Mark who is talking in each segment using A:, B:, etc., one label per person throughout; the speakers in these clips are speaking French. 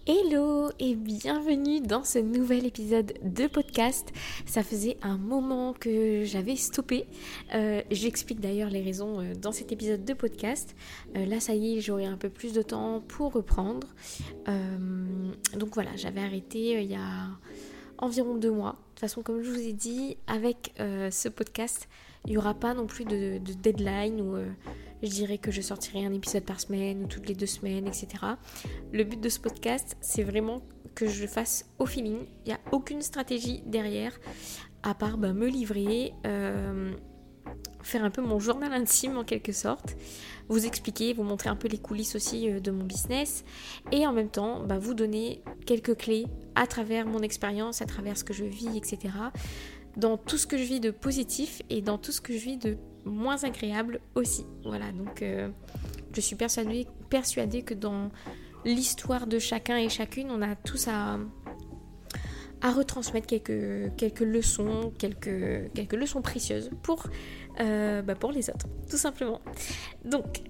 A: Hello et bienvenue dans ce nouvel épisode de podcast. Ça faisait un moment que j'avais stoppé. J'explique d'ailleurs les raisons dans cet épisode de podcast. Là ça y est, j'aurai un peu plus de temps pour reprendre. Donc voilà, j'avais arrêté il y a environ 2 mois. De toute façon, comme je vous ai dit, avec ce podcast, il n'y aura pas non plus de deadline où je dirais que je sortirai un épisode par semaine ou toutes les 2 semaines, etc. Le but de ce podcast, c'est vraiment que je le fasse au feeling. Il n'y a aucune stratégie derrière, à part me livrer, faire un peu mon journal intime en quelque sorte, vous expliquer, vous montrer un peu les coulisses aussi de mon business et en même temps vous donner quelques clés à travers mon expérience, à travers ce que je vis, etc. Dans tout ce que je vis de positif et dans tout ce que je vis de moins agréable aussi. Voilà, donc je suis persuadée que dans l'histoire de chacun et chacune, on a tous à retransmettre quelques leçons, quelques leçons précieuses pour les autres, tout simplement. Donc,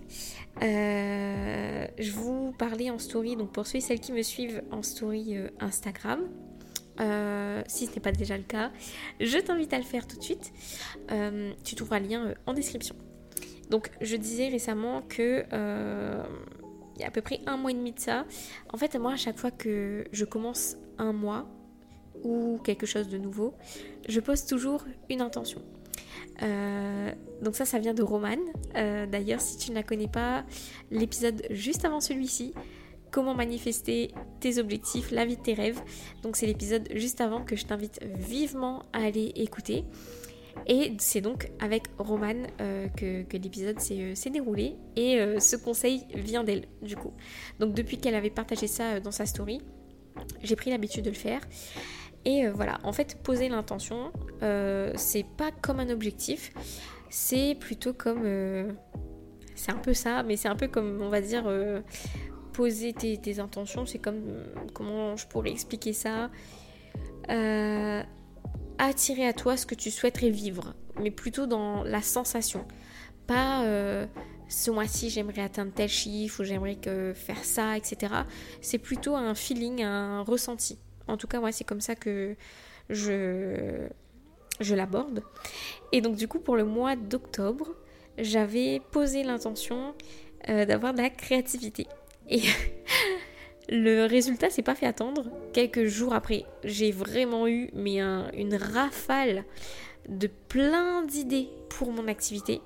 A: je vous parlais en story, donc pour ceux et celles qui me suivent en story Instagram, si ce n'est pas déjà le cas, je t'invite à le faire tout de suite. Tu trouveras le lien en description. Donc, je disais récemment que il y a à peu près 1 mois et demi de ça, en fait, moi, à chaque fois que je commence un mois ou quelque chose de nouveau, je pose toujours une intention. Donc ça vient de Romane. D'ailleurs, si tu ne la connais pas, l'épisode juste avant celui-ci, comment manifester tes objectifs, la vie de tes rêves. Donc c'est l'épisode juste avant que je t'invite vivement à aller écouter. Et c'est donc avec Romane que l'épisode s'est déroulé. Et ce conseil vient d'elle, du coup. Donc depuis qu'elle avait partagé ça dans sa story, j'ai pris l'habitude de le faire. Et voilà, en fait, poser l'intention, c'est pas comme un objectif, c'est plutôt comme... c'est un peu ça, mais c'est un peu comme, on va dire, poser tes intentions, c'est comme... comment je pourrais expliquer ça, attirer à toi ce que tu souhaiterais vivre, mais plutôt dans la sensation. Pas ce mois-ci, j'aimerais atteindre tel chiffre, ou j'aimerais faire ça, etc. C'est plutôt un feeling, un ressenti. En tout cas, moi, c'est comme ça que je l'aborde. Et donc, du coup, pour le mois d'octobre, j'avais posé l'intention d'avoir de la créativité. Et le résultat s'est pas fait attendre. Quelques jours après, j'ai vraiment eu une rafale de plein d'idées pour mon activité.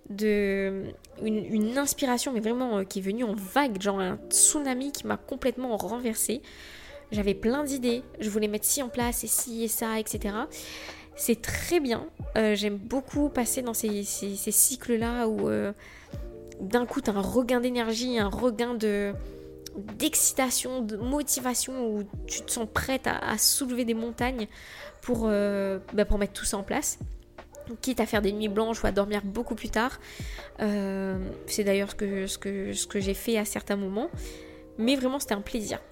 A: Une inspiration, mais vraiment qui est venue en vague, genre un tsunami qui m'a complètement renversée. J'avais plein d'idées, je voulais mettre ci en place et ci et ça, etc. C'est très bien, j'aime beaucoup passer dans ces cycles-là où d'un coup t'as un regain d'énergie, un regain d'excitation, de motivation, où tu te sens prête à soulever des montagnes pour mettre tout ça en place. Quitte à faire des nuits blanches ou à dormir beaucoup plus tard. C'est d'ailleurs ce que j'ai fait à certains moments. Mais vraiment, c'était un plaisir.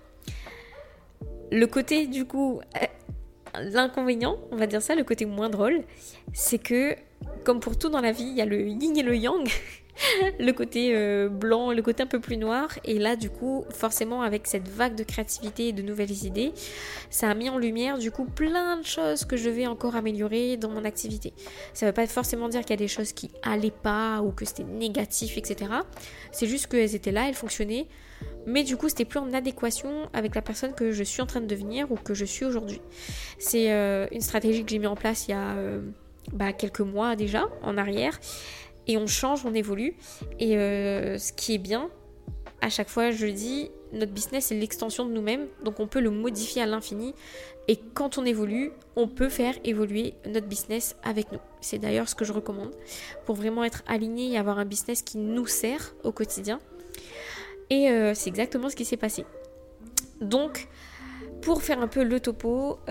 A: Le côté, du coup, l'inconvénient, on va dire ça, le côté moins drôle, c'est que, comme pour tout dans la vie, il y a le yin et le yang. Le côté blanc, le côté un peu plus noir. Et là, du coup, forcément, avec cette vague de créativité et de nouvelles idées, ça a mis en lumière, du coup, plein de choses que je vais encore améliorer dans mon activité. Ça ne veut pas forcément dire qu'il y a des choses qui allaient pas ou que c'était négatif, etc. C'est juste qu'elles étaient là, elles fonctionnaient. Mais du coup, c'était plus en adéquation avec la personne que je suis en train de devenir ou que je suis aujourd'hui. C'est une stratégie que j'ai mis en place il y a quelques mois déjà, en arrière. Et on change, on évolue. Et ce qui est bien, à chaque fois je le dis, notre business c'est l'extension de nous-mêmes. Donc on peut le modifier à l'infini. Et quand on évolue, on peut faire évoluer notre business avec nous. C'est d'ailleurs ce que je recommande. Pour vraiment être aligné et avoir un business qui nous sert au quotidien. Et c'est exactement ce qui s'est passé. Donc, pour faire un peu le topo,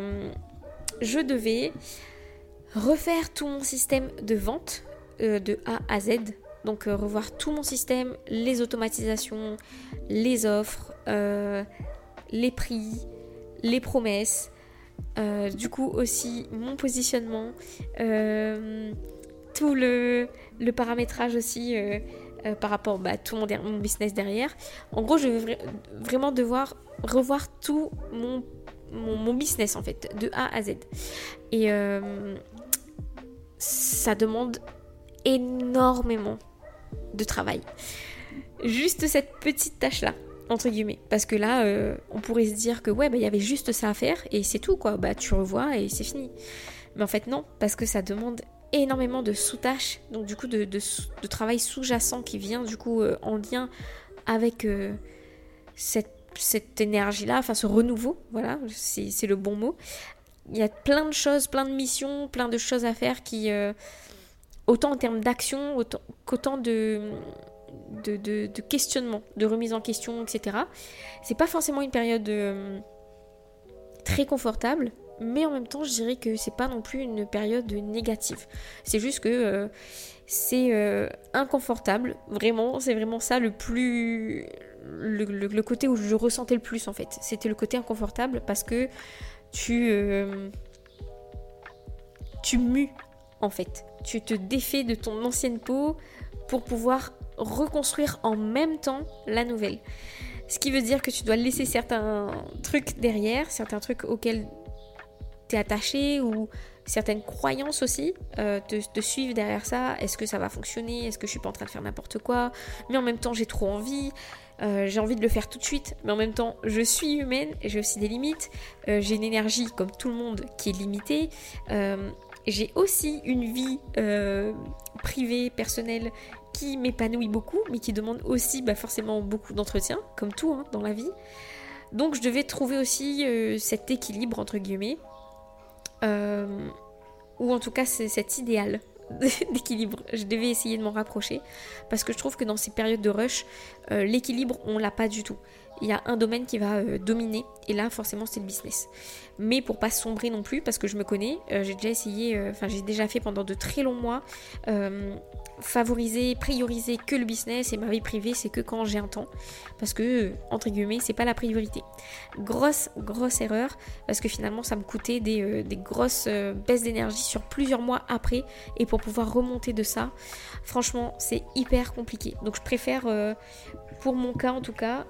A: je devais refaire tout mon système de vente de A à Z. Donc revoir tout mon système, les automatisations, les offres, les prix, les promesses, du coup aussi mon positionnement, tout le paramétrage aussi par rapport à tout mon business derrière. En gros, je vais vraiment devoir revoir tout mon business en fait, de A à Z. Et ça demande énormément de travail. Juste cette petite tâche-là, entre guillemets. Parce que là, on pourrait se dire que il y avait juste ça à faire et c'est tout quoi. Tu revois et c'est fini. Mais en fait non, parce que ça demande énormément de sous-tâches, donc du coup de travail sous-jacent qui vient du coup en lien avec cette énergie-là, enfin ce renouveau, voilà, c'est le bon mot. Il y a plein de choses, plein de missions, plein de choses à faire qui, autant en termes d'action, qu'autant de questionnement, de remise en question, etc. C'est pas forcément une période très confortable, mais en même temps, je dirais que c'est pas non plus une période négative. C'est juste que c'est inconfortable, vraiment, c'est vraiment ça le côté où je ressentais le plus en fait. C'était le côté inconfortable parce que tu mues en fait. Tu te défais de ton ancienne peau pour pouvoir reconstruire en même temps la nouvelle. Ce qui veut dire que tu dois laisser certains trucs derrière, certains trucs auxquels t'es attaché ou certaines croyances aussi te suivent derrière ça. Est-ce que ça va fonctionner? Est-ce que je suis pas en train de faire n'importe quoi? Mais en même temps j'ai trop envie, j'ai envie de le faire tout de suite, mais en même temps je suis humaine et j'ai aussi des limites, j'ai une énergie comme tout le monde qui est limitée, j'ai aussi une vie privée, personnelle qui m'épanouit beaucoup mais qui demande aussi forcément beaucoup d'entretien comme tout dans la vie. Donc je devais trouver aussi cet équilibre entre guillemets, ou en tout cas c'est cet idéal d'équilibre. Je devais essayer de m'en rapprocher parce que je trouve que dans ces périodes de rush, l'équilibre on l'a pas du tout. Il y a un domaine qui va dominer et là forcément c'est le business. Mais pour pas sombrer non plus, parce que je me connais, j'ai déjà essayé, j'ai déjà fait pendant de très longs mois favoriser, prioriser que le business et ma vie privée c'est que quand j'ai un temps, parce que entre guillemets c'est pas la priorité. Grosse erreur, parce que finalement ça me coûtait des grosses baisses d'énergie sur plusieurs mois après, et pour pouvoir remonter de ça, franchement c'est hyper compliqué. Donc je préfère pour mon cas en tout cas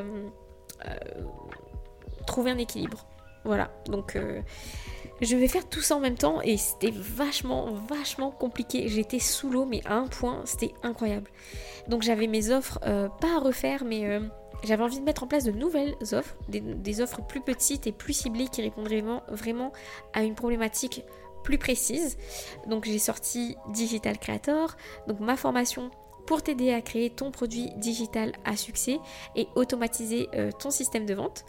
A: trouver un équilibre. Voilà, donc je vais faire tout ça en même temps et c'était vachement compliqué. J'étais sous l'eau mais à un point, c'était incroyable. Donc j'avais mes offres, pas à refaire, mais j'avais envie de mettre en place de nouvelles offres, des offres plus petites et plus ciblées qui répondraient vraiment à une problématique plus précise. Donc j'ai sorti Digital Creator, donc ma formation pour t'aider à créer ton produit digital à succès et automatiser ton système de vente.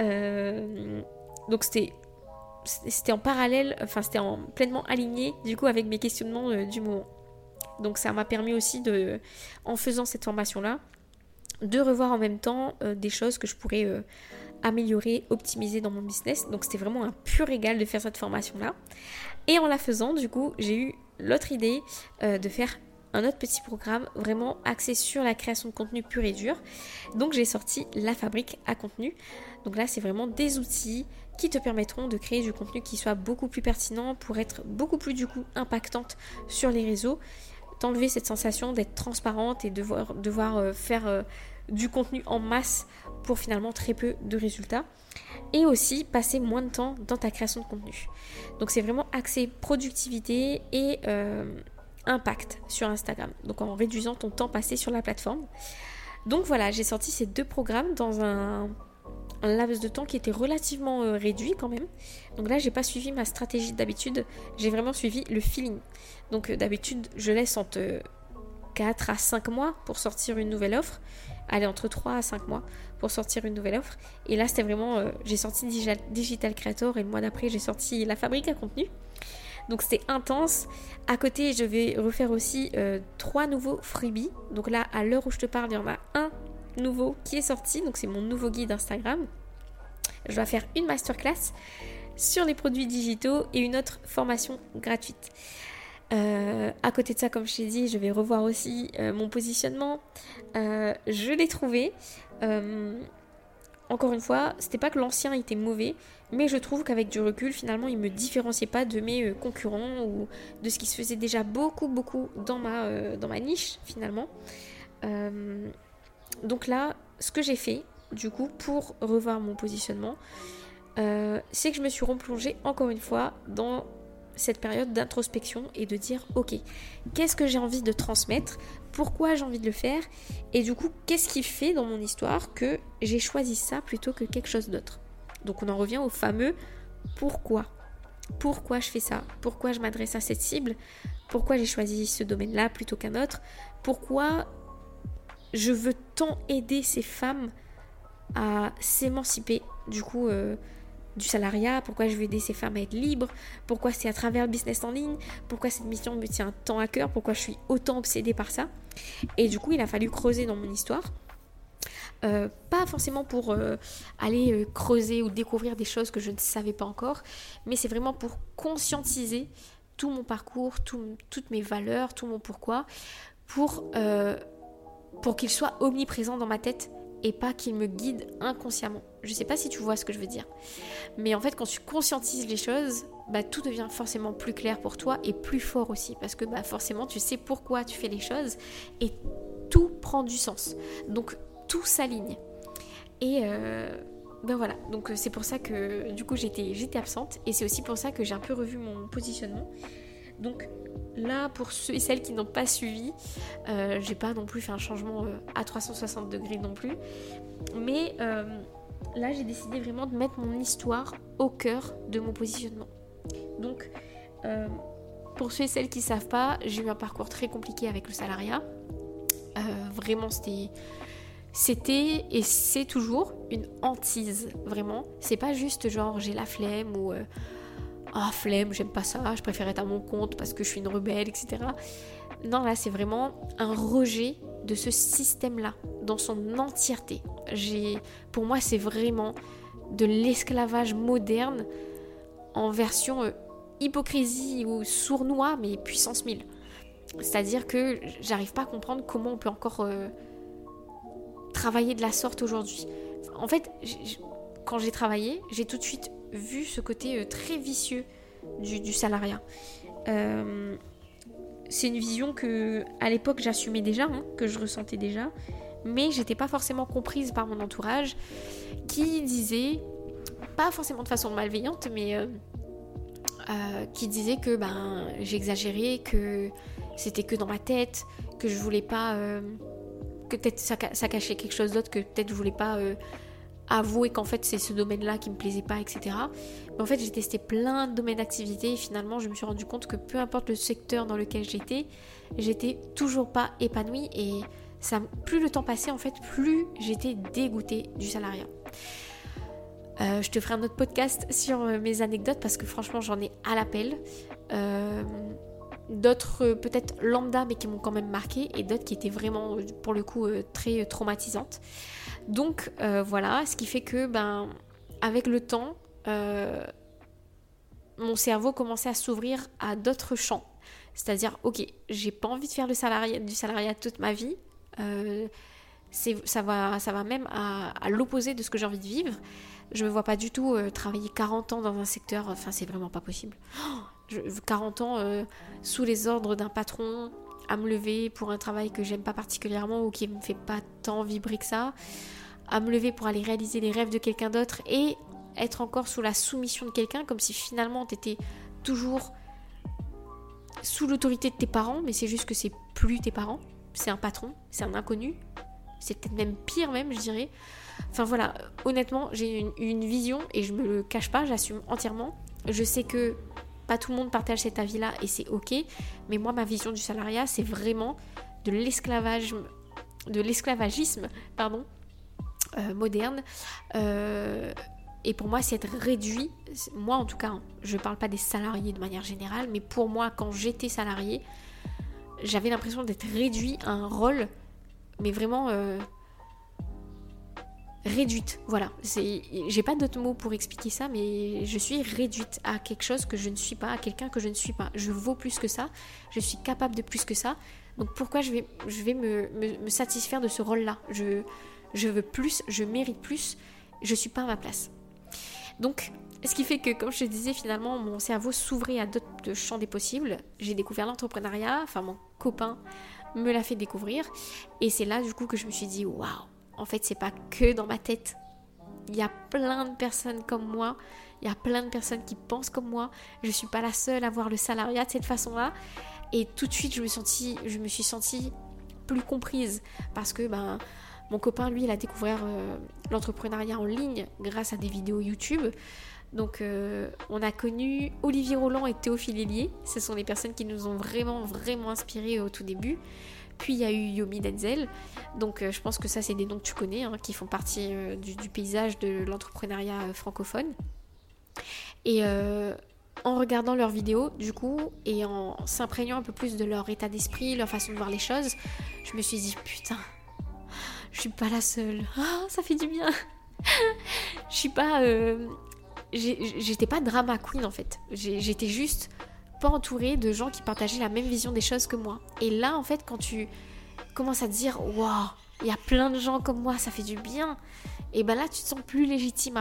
A: Donc c'était en parallèle, c'était pleinement aligné du coup avec mes questionnements du moment. Donc ça m'a permis aussi en faisant cette formation-là, de revoir en même temps des choses que je pourrais améliorer, optimiser dans mon business. Donc c'était vraiment un pur régal de faire cette formation-là. Et en la faisant, du coup, j'ai eu l'autre idée de faire un autre petit programme vraiment axé sur la création de contenu pur et dur. Donc j'ai sorti la fabrique à contenu. Donc là c'est vraiment des outils qui te permettront de créer du contenu qui soit beaucoup plus pertinent pour être beaucoup plus du coup impactante sur les réseaux, t'enlever cette sensation d'être transparente et devoir faire du contenu en masse pour finalement très peu de résultats, et aussi passer moins de temps dans ta création de contenu. Donc c'est vraiment axé productivité et impact sur Instagram, donc en réduisant ton temps passé sur la plateforme. Donc voilà, j'ai sorti ces deux programmes dans un laps de temps qui était relativement réduit quand même. Donc là j'ai pas suivi ma stratégie d'habitude, j'ai vraiment suivi le feeling. Donc d'habitude je laisse entre 4 à 5 mois pour sortir une nouvelle offre, allez entre 3 à 5 mois pour sortir une nouvelle offre, et là c'était vraiment j'ai sorti Digital Creator et le mois d'après j'ai sorti la fabrique à contenu. Donc c'était intense. À côté je vais refaire aussi 3 nouveaux freebies. Donc là à l'heure où je te parle il y en a un nouveau qui est sorti, donc c'est mon nouveau guide Instagram. Je vais faire une masterclass sur les produits digitaux et une autre formation gratuite. À côté de ça, comme je t'ai dit, je vais revoir aussi mon positionnement. Je l'ai trouvé. Encore une fois, c'était pas que l'ancien était mauvais, mais je trouve qu'avec du recul, finalement, il me différenciait pas de mes concurrents ou de ce qui se faisait déjà beaucoup dans ma niche finalement. Donc là, ce que j'ai fait, du coup, pour revoir mon positionnement, c'est que je me suis replongée encore une fois dans cette période d'introspection et de dire ok, qu'est-ce que j'ai envie de transmettre, pourquoi j'ai envie de le faire, et du coup qu'est-ce qui fait dans mon histoire que j'ai choisi ça plutôt que quelque chose d'autre. Donc on en revient au fameux pourquoi je fais ça, pourquoi je m'adresse à cette cible, pourquoi j'ai choisi ce domaine-là plutôt qu'un autre, pourquoi je veux tant aider ces femmes à s'émanciper du coup du salariat, pourquoi je veux aider ces femmes à être libres, pourquoi c'est à travers le business en ligne, pourquoi cette mission me tient tant à cœur, pourquoi je suis autant obsédée par ça. Et du coup, il a fallu creuser dans mon histoire. Pas forcément pour aller creuser ou découvrir des choses que je ne savais pas encore, mais c'est vraiment pour conscientiser tout mon parcours, toutes mes valeurs, tout mon pourquoi, pour qu'il soit omniprésent dans ma tête et pas qu'il me guide inconsciemment. Je sais pas si tu vois ce que je veux dire. Mais en fait, quand tu conscientises les choses, tout devient forcément plus clair pour toi et plus fort aussi. Parce que forcément, tu sais pourquoi tu fais les choses et tout prend du sens. Donc, tout s'aligne. Et voilà. Donc, c'est pour ça que du coup, j'étais absente. Et c'est aussi pour ça que j'ai un peu revu mon positionnement. Donc, là, pour ceux et celles qui n'ont pas suivi, j'ai pas non plus fait un changement à 360 degrés non plus. Mais là, j'ai décidé vraiment de mettre mon histoire au cœur de mon positionnement. Donc, pour ceux et celles qui ne savent pas, j'ai eu un parcours très compliqué avec le salariat. Vraiment, c'était et c'est toujours une hantise, vraiment. C'est pas juste genre j'ai la flemme ou flemme, j'aime pas ça, je préfère être à mon compte parce que je suis une rebelle, etc. Non, là, c'est vraiment un rejet de ce système-là, dans son entièreté. Pour moi, c'est vraiment de l'esclavage moderne en version hypocrisie ou sournois, mais puissance 1000. C'est-à-dire que j'arrive pas à comprendre comment on peut encore travailler de la sorte aujourd'hui. En fait, quand j'ai travaillé, j'ai tout de suite vu ce côté très vicieux du salariat. C'est une vision que à l'époque j'assumais déjà, que je ressentais déjà, mais j'étais pas forcément comprise par mon entourage qui disait, pas forcément de façon malveillante, mais qui disait que j'exagérais, que c'était que dans ma tête, que je voulais pas, que peut-être ça cachait quelque chose d'autre, que peut-être je voulais pas avouer qu'en fait c'est ce domaine-là qui me plaisait pas, etc. Mais en fait j'ai testé plein de domaines d'activité et finalement je me suis rendu compte que peu importe le secteur dans lequel j'étais toujours pas épanouie et plus le temps passait en fait, plus j'étais dégoûtée du salariat. Je te ferai un autre podcast sur mes anecdotes parce que franchement j'en ai à l'appel. D'autres peut-être lambda mais qui m'ont quand même marqué et d'autres qui étaient vraiment pour le coup très traumatisantes. Donc voilà, ce qui fait que avec le temps, mon cerveau commençait à s'ouvrir à d'autres champs. C'est-à-dire, ok, j'ai pas envie de faire du salariat toute ma vie. Ça va même à l'opposé de ce que j'ai envie de vivre. Je me vois pas du tout travailler 40 ans dans un secteur, enfin c'est vraiment pas possible. 40 ans sous les ordres d'un patron, à me lever pour un travail que j'aime pas particulièrement ou qui me fait pas tant vibrer que ça, à me lever pour aller réaliser les rêves de quelqu'un d'autre et être encore sous la soumission de quelqu'un, comme si finalement t'étais toujours sous l'autorité de tes parents, mais c'est juste que c'est plus tes parents, c'est un patron, c'est un inconnu, c'est peut-être même pire même, je dirais. Enfin voilà, honnêtement, j'ai une vision et je me le cache pas, j'assume entièrement. Je sais que pas tout le monde partage cet avis-là et c'est ok, mais moi ma vision du salariat, c'est vraiment de l'esclavagisme, moderne. Et pour moi, c'est être réduit. Moi, en tout cas, je parle pas des salariés de manière générale, mais pour moi, quand j'étais salariée, j'avais l'impression d'être réduit à un rôle, mais vraiment réduite. Voilà, j'ai pas d'autres mots pour expliquer ça, mais je suis réduite à quelque chose que je ne suis pas, à quelqu'un que je ne suis pas. Je vaux plus que ça, je suis capable de plus que ça. Donc pourquoi je vais me satisfaire de ce rôle-là ? Je veux plus, je mérite plus, je suis pas à ma place. Donc, ce qui fait que, comme je te disais, finalement, mon cerveau s'ouvrait à d'autres champs des possibles. J'ai découvert l'entrepreneuriat, enfin mon copain me l'a fait découvrir. Et c'est là du coup que je me suis dit waouh, en fait c'est pas que dans ma tête. Il y a plein de personnes comme moi, il y a plein de personnes qui pensent comme moi. Je suis pas la seule à voir le salariat de cette façon-là. Et tout de suite je me suis sentie plus comprise parce que mon copain lui il a découvert l'entrepreneuriat en ligne grâce à des vidéos YouTube. Donc on a connu Olivier Roland et Théophile Hélier. Ce sont les personnes qui nous ont vraiment inspirés au tout début. Puis il y a eu Yomi Denzel. Donc je pense que ça c'est des noms que tu connais, qui font partie du paysage de l'entrepreneuriat francophone. Et en regardant leurs vidéos du coup et en s'imprégnant un peu plus de leur état d'esprit, leur façon de voir les choses, je me suis dit putain, je suis pas la seule. Ça fait du bien. Je suis pas... J'étais pas drama queen en fait. J'étais juste pas entourée de gens qui partageaient la même vision des choses que moi. Et là en fait quand tu commences à te dire waouh, il y a plein de gens comme moi, ça fait du bien. Et là tu te sens plus légitime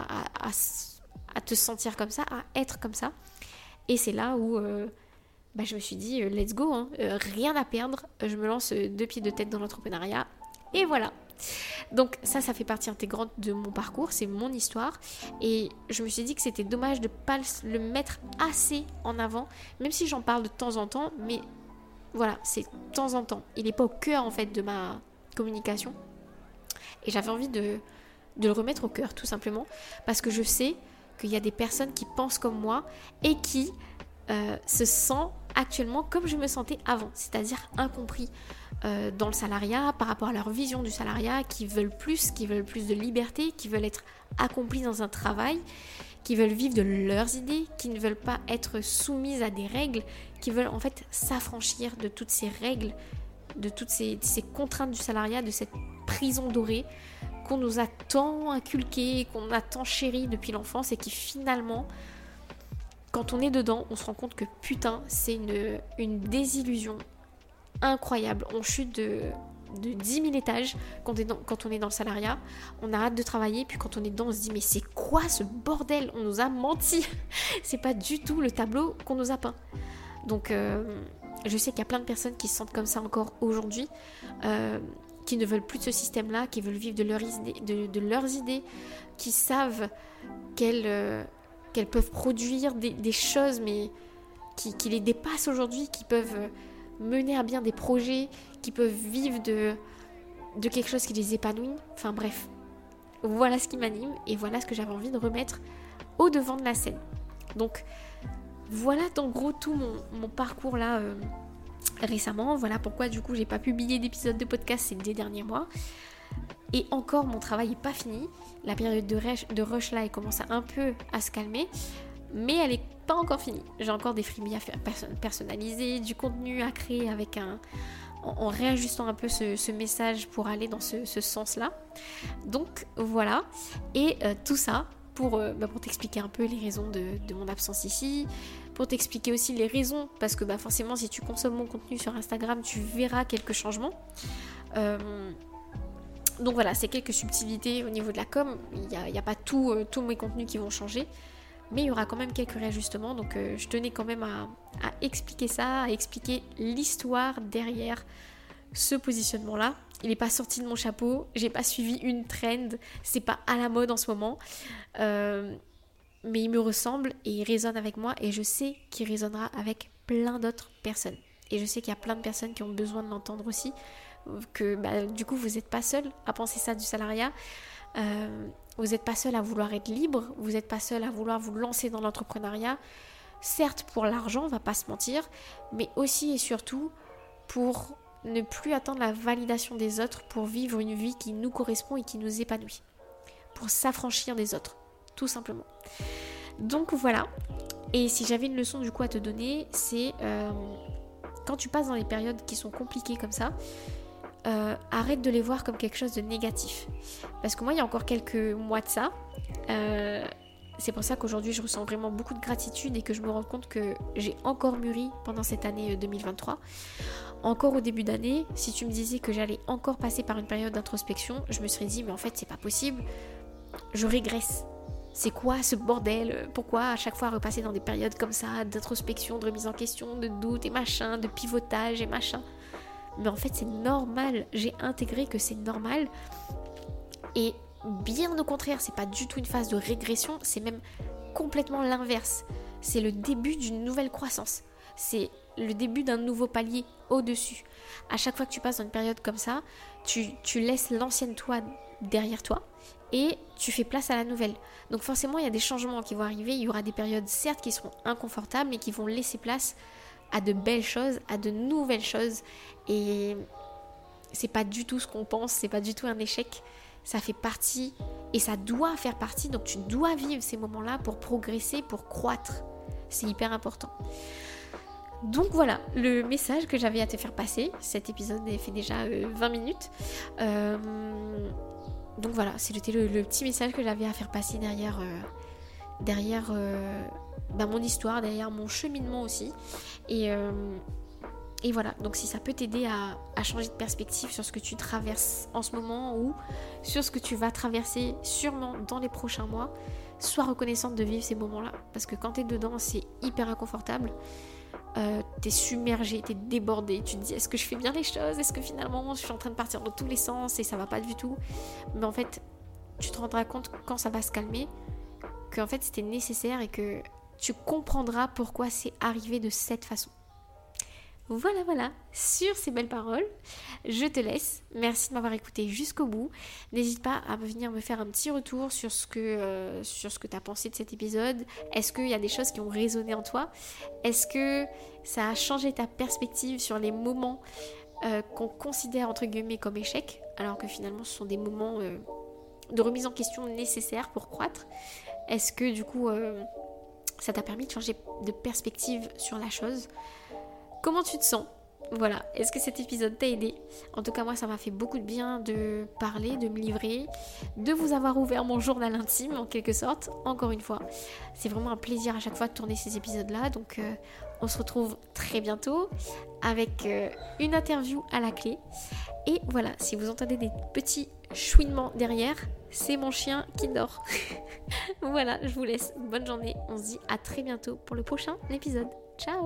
A: à te sentir comme ça, à être comme ça. Et c'est là où je me suis dit let's go, rien à perdre. Je me lance 2 pieds de tête dans l'entrepreneuriat. Et voilà. Donc ça fait partie intégrante de mon parcours, c'est mon histoire. Et je me suis dit que c'était dommage de ne pas le mettre assez en avant, même si j'en parle de temps en temps, mais voilà, c'est de temps en temps. Il n'est pas au cœur en fait de ma communication. Et j'avais envie de le remettre au cœur tout simplement, parce que je sais qu'il y a des personnes qui pensent comme moi et qui se sentent actuellement comme je me sentais avant, c'est-à-dire incompris dans le salariat par rapport à leur vision du salariat, qui veulent plus de liberté, qui veulent être accomplis dans un travail, qui veulent vivre de leurs idées, qui ne veulent pas être soumises à des règles, qui veulent en fait s'affranchir de toutes ces règles, de toutes ces contraintes du salariat, de cette prison dorée qu'on nous a tant inculquée, qu'on a tant chérie depuis l'enfance et qui finalement, quand on est dedans, on se rend compte que putain, c'est une désillusion incroyable. On chute de 10 000 étages quand on est dans le salariat. On a hâte de travailler, puis quand on est dedans, on se dit mais c'est quoi ce bordel ? On nous a menti. C'est pas du tout le tableau qu'on nous a peint. Donc je sais qu'il y a plein de personnes qui se sentent comme ça encore aujourd'hui, qui ne veulent plus de ce système-là, qui veulent vivre de leurs idées, qui savent qu'elles peuvent produire des choses, mais qui les dépassent aujourd'hui, qui peuvent mener à bien des projets, qui peuvent vivre de quelque chose qui les épanouit. Enfin bref, voilà ce qui m'anime et voilà ce que j'avais envie de remettre au devant de la scène. Donc voilà en gros tout mon parcours là récemment. Voilà pourquoi du coup j'ai pas publié d'épisode de podcast ces 2 derniers mois. Et encore mon travail n'est pas fini. La période de rush là elle commence un peu à se calmer, mais elle n'est pas encore finie. J'ai encore des freebies à faire personnaliser, du contenu à créer avec en réajustant un peu ce message pour aller dans ce sens-là. Donc voilà, et tout ça pour t'expliquer un peu les raisons de mon absence ici, pour t'expliquer aussi les raisons, parce que forcément si tu consommes mon contenu sur Instagram, tu verras quelques changements. Donc voilà, c'est quelques subtilités au niveau de la com, il n'y a pas tous mes contenus qui vont changer, mais il y aura quand même quelques réajustements, donc je tenais quand même à expliquer ça, à expliquer l'histoire derrière ce positionnement-là. Il n'est pas sorti de mon chapeau, j'ai pas suivi une trend, c'est pas à la mode en ce moment, mais il me ressemble et il résonne avec moi, et je sais qu'il résonnera avec plein d'autres personnes. Et je sais qu'il y a plein de personnes qui ont besoin de l'entendre aussi, que du coup vous n'êtes pas seul à penser ça du salariat, vous n'êtes pas seul à vouloir être libre, vous n'êtes pas seul à vouloir vous lancer dans l'entrepreneuriat, certes pour l'argent, on va pas se mentir, mais aussi et surtout pour ne plus attendre la validation des autres pour vivre une vie qui nous correspond et qui nous épanouit, pour s'affranchir des autres, tout simplement. Donc voilà, et si j'avais une leçon du coup à te donner, c'est quand tu passes dans des périodes qui sont compliquées comme ça, arrête de les voir comme quelque chose de négatif. Parce que moi, il y a encore quelques mois de ça, c'est pour ça qu'aujourd'hui je ressens vraiment beaucoup de gratitude et que je me rends compte que j'ai encore mûri pendant cette année 2023. Encore au début d'année, si tu me disais que j'allais encore passer par une période d'introspection, je me serais dit mais en fait c'est pas possible, je régresse. C'est quoi ce bordel ? Pourquoi à chaque fois repasser dans des périodes comme ça, d'introspection, de remise en question, de doute et machin, de pivotage et machin ? mais en fait c'est normal, j'ai intégré que c'est normal. Et bien au contraire, c'est pas du tout une phase de régression, c'est même complètement l'inverse. C'est le début d'une nouvelle croissance. C'est le début d'un nouveau palier au-dessus. À chaque fois que tu passes dans une période comme ça, tu laisses l'ancienne toi derrière toi et tu fais place à la nouvelle. Donc forcément, il y a des changements qui vont arriver. Il y aura des périodes certes qui seront inconfortables, mais qui vont laisser place à de belles choses, à de nouvelles choses. Et c'est pas du tout ce qu'on pense, c'est pas du tout un échec. Ça fait partie et ça doit faire partie. Donc tu dois vivre ces moments-là pour progresser, pour croître. C'est hyper important. Donc voilà, le message que j'avais à te faire passer. Cet épisode fait déjà 20 minutes. Donc voilà, c'était le petit message que j'avais à faire passer derrière mon histoire, derrière mon cheminement aussi. Et voilà, donc si ça peut t'aider à changer de perspective sur ce que tu traverses en ce moment ou sur ce que tu vas traverser sûrement dans les prochains mois, sois reconnaissante de vivre ces moments-là. Parce que quand t'es dedans, c'est hyper inconfortable. T'es submergé, t'es débordé, tu te dis est-ce que je fais bien les choses, est-ce que finalement je suis en train de partir dans tous les sens et ça va pas du tout. Mais en fait, tu te rendras compte quand ça va se calmer qu'en fait c'était nécessaire et que tu comprendras pourquoi c'est arrivé de cette façon. Voilà, sur ces belles paroles, je te laisse. Merci de m'avoir écouté jusqu'au bout. N'hésite pas à venir me faire un petit retour sur ce que tu as pensé de cet épisode. Est-ce qu'il y a des choses qui ont résonné en toi ? Est-ce que ça a changé ta perspective sur les moments qu'on considère entre guillemets comme échecs, alors que finalement ce sont des moments de remise en question nécessaires pour croître ? Est-ce que du coup ça t'a permis de changer de perspective sur la chose ? Comment tu te sens ? Voilà, est-ce que cet épisode t'a aidé ? En tout cas, moi, ça m'a fait beaucoup de bien de parler, de me livrer, de vous avoir ouvert mon journal intime, en quelque sorte, encore une fois. C'est vraiment un plaisir à chaque fois de tourner ces épisodes-là, donc on se retrouve très bientôt avec une interview à la clé. Et voilà, si vous entendez des petits chouinements derrière, c'est mon chien qui dort. Voilà, je vous laisse. Bonne journée, on se dit à très bientôt pour le prochain épisode. Ciao !